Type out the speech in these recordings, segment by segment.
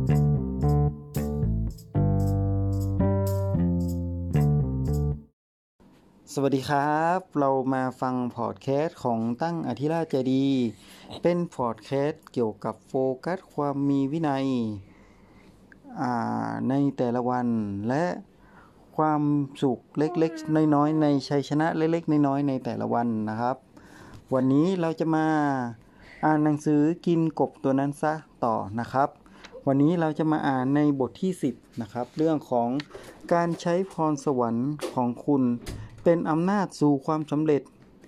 สวัสดีครับเรามาฟังพอดแคสต์ของตั้งอธิราชใจดีเป็นพอดแคสต์เกี่ยวกับโฟกัสความมีวินัยในแต่ละวันและความสุขเล็กๆน้อยๆในชัยชนะเล็กๆน้อยๆในแต่ละวันนะครับวันนี้เราจะมาอ่านหนังสือกินกบตัวนั้นซะต่อนะครับวันนี้เราจะมาอ่านในบทที่10นะครับเรื่องของการใช้พรสวรรค์ของคุณเป็นอำนาจสู่ความสำเร็จ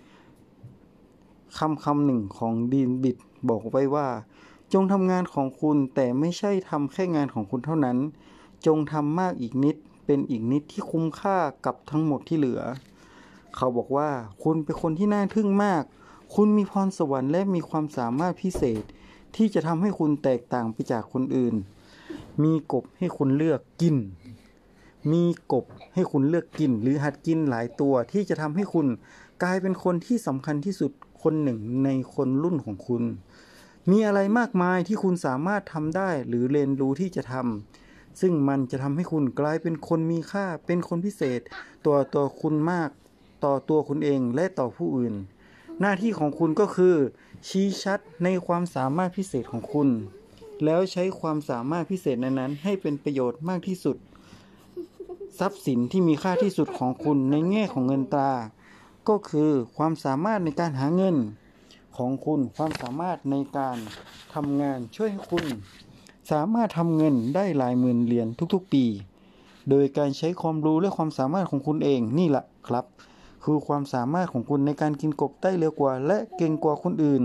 คำหนึ่งของดีนบิดบอกไว้ว่าจงทำงานของคุณแต่ไม่ใช่ทำแค่งานของคุณเท่านั้นจงทำมากอีกนิดเป็นอีกนิดที่คุ้มค่ากับทั้งหมดที่เหลือเขาบอกว่าคุณเป็นคนที่น่าทึ่งมากคุณมีพรสวรรค์และมีความสามารถพิเศษที่จะทำให้คุณแตกต่างไปจากคนอื่นมีกบให้คุณเลือกกินมีกบให้คุณเลือกกินหรือหัดกินหลายตัวที่จะทำให้คุณกลายเป็นคนที่สำคัญที่สุดคนหนึ่งในคนรุ่นของคุณมีอะไรมากมายที่คุณสามารถทำได้หรือเรียนรู้ที่จะทำซึ่งมันจะทำให้คุณกลายเป็นคนมีค่าเป็นคนพิเศษตัวคุณมากต่อตัวคุณเองและต่อผู้อื่นหน้าที่ของคุณก็คือชี้ชัดในความสามารถพิเศษของคุณแล้วใช้ความสามารถพิเศษนั้นให้เป็นประโยชน์มากที่สุดทรัพย์สินที่มีค่าที่สุดของคุณในแง่ของเงินตราก็คือความสามารถในการหาเงินของคุณความสามารถในการทำงานช่วยให้คุณสามารถทำเงินได้หลายหมื่นเหรียญทุกๆปีโดยการใช้ความรู้และความสามารถของคุณเองนี่แหละครับคือความสามารถของคุณในการกินกบได้เร็วกว่าและเก่งกว่าคนอื่น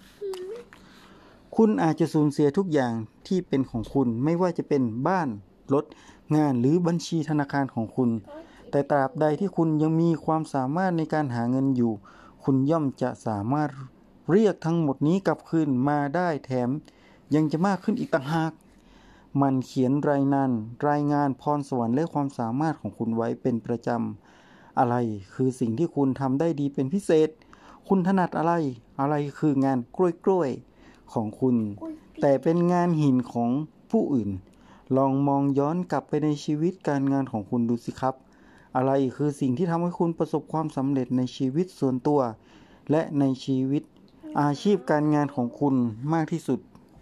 คุณอาจจะสูญเสียทุกอย่างที่เป็นของคุณไม่ว่าจะเป็นบ้านรถงานหรือบัญชีธนาคารของคุณแต่ตราบใดที่คุณยังมีความสามารถในการหาเงินอยู่คุณย่อมจะสามารถเรียกทั้งหมดนี้กลับคืนมาได้แถมยังจะมากขึ้นอีกต่างหากมันเขียนรายงานพรสวรรค์และความสามารถของคุณไว้เป็นประจำอะไรคือสิ่งที่คุณทำได้ดีเป็นพิเศษคุณถนัดอะไรคืองานกล้วยของคุณแต่เป็นงานหินของผู้อื่นลองมองย้อนกลับไปในชีวิตการงานของคุณดูสิครับอะไรคือสิ่งที่ทำให้คุณประสบความสำเร็จในชีวิตส่วนตัวและในชีวิตอาชีพการงานของคุณมากที่สุด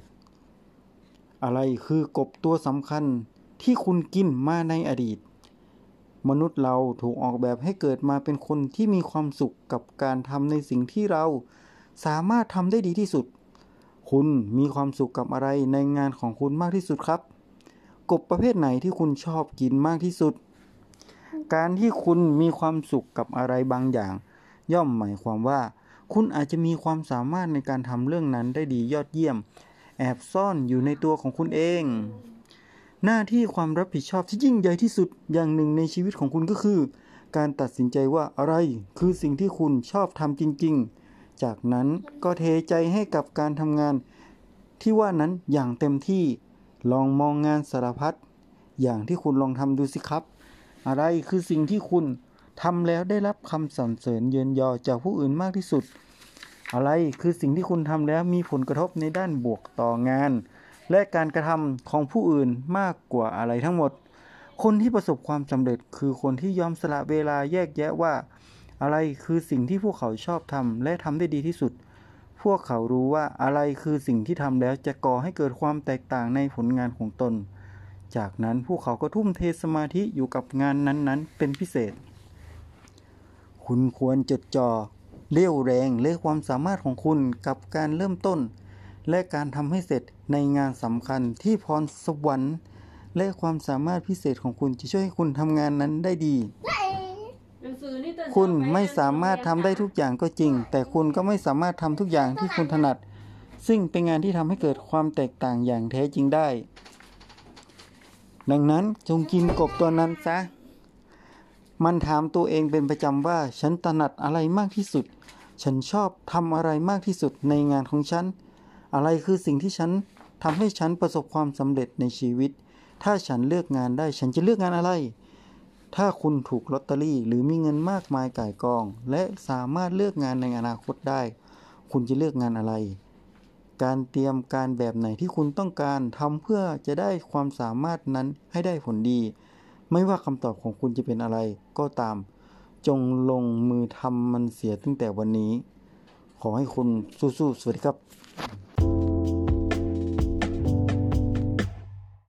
อะไรคือกบตัวสำคัญที่คุณกินมาในอดีตมนุษย์เราถูกออกแบบให้เกิดมาเป็นคนที่มีความสุขกับการทำในสิ่งที่เราสามารถทำได้ดีที่สุดคุณมีความสุขกับอะไรในงานของคุณมากที่สุดครับกบประเภทไหนที่คุณชอบกินมากที่สุดการที่คุณมีความสุขกับอะไรบางอย่างย่อมหมายความว่าคุณอาจจะมีความสามารถในการทำเรื่องนั้นได้ดียอดเยี่ยมแอบซ่อนอยู่ในตัวของคุณเองหน้าที่ความรับผิดชอบที่ยิ่งใหญ่ที่สุดอย่างหนึ่งในชีวิตของคุณก็คือการตัดสินใจว่าอะไรคือสิ่งที่คุณชอบทำจริงๆจากนั้นก็เทใจให้กับการทำงานที่ว่านั้นอย่างเต็มที่ลองมองงานสารพัดอย่างที่คุณลองทำดูสิครับอะไรคือสิ่งที่คุณทำแล้วได้รับคำสรรเสริญเยินยอจากผู้อื่นมากที่สุดอะไรคือสิ่งที่คุณทำแล้วมีผลกระทบในด้านบวกต่องานและการกระทำของผู้อื่นมากกว่าอะไรทั้งหมดคนที่ประสบความสำเร็จคือคนที่ยอมสละเวลาแยกแยะว่าอะไรคือสิ่งที่พวกเขาชอบทำและทำได้ดีที่สุดพวกเขารู้ว่าอะไรคือสิ่งที่ทำแล้วจะก่อให้เกิดความแตกต่างในผลงานของตนจากนั้นพวกเขาก็ทุ่มเทสมาธิอยู่กับงานนั้นๆเป็นพิเศษคุณควรจดจ่อเรี่ยวแรงและความสามารถของคุณกับการเริ่มต้นและการทำให้เสร็จในงานสำคัญที่พรสวรรค์และความสามารถพิเศษของคุณจะช่วยให้คุณทำงานนั้นได้ดีคุณไม่สามารถทำได้ทุกอย่างก็จริงแต่คุณก็ไม่สามารถทำทุกอย่างที่คุณถนัดซึ่งเป็นงานที่ทำให้เกิดความแตกต่างอย่างแท้จริงได้ดังนั้นจงกินกบตัวนั้นซะมันถามตัวเองเป็นประจำว่าฉันถนัดอะไรมากที่สุดฉันชอบทำอะไรมากที่สุดในงานของฉันอะไรคือสิ่งที่ฉันทำให้ฉันประสบความสำเร็จในชีวิตถ้าฉันเลือกงานได้ฉันจะเลือกงานอะไรถ้าคุณถูกลอตเตอรี่หรือมีเงินมากมายก่ายกองและสามารถเลือกงานในอนาคตได้คุณจะเลือกงานอะไรการเตรียมการแบบไหนที่คุณต้องการทำเพื่อจะได้ความสามารถนั้นให้ได้ผลดีไม่ว่าคำตอบของคุณจะเป็นอะไรก็ตามจงลงมือทำมันเสียตั้งแต่วันนี้ขอให้คุณสู้ๆสวัสดีครับ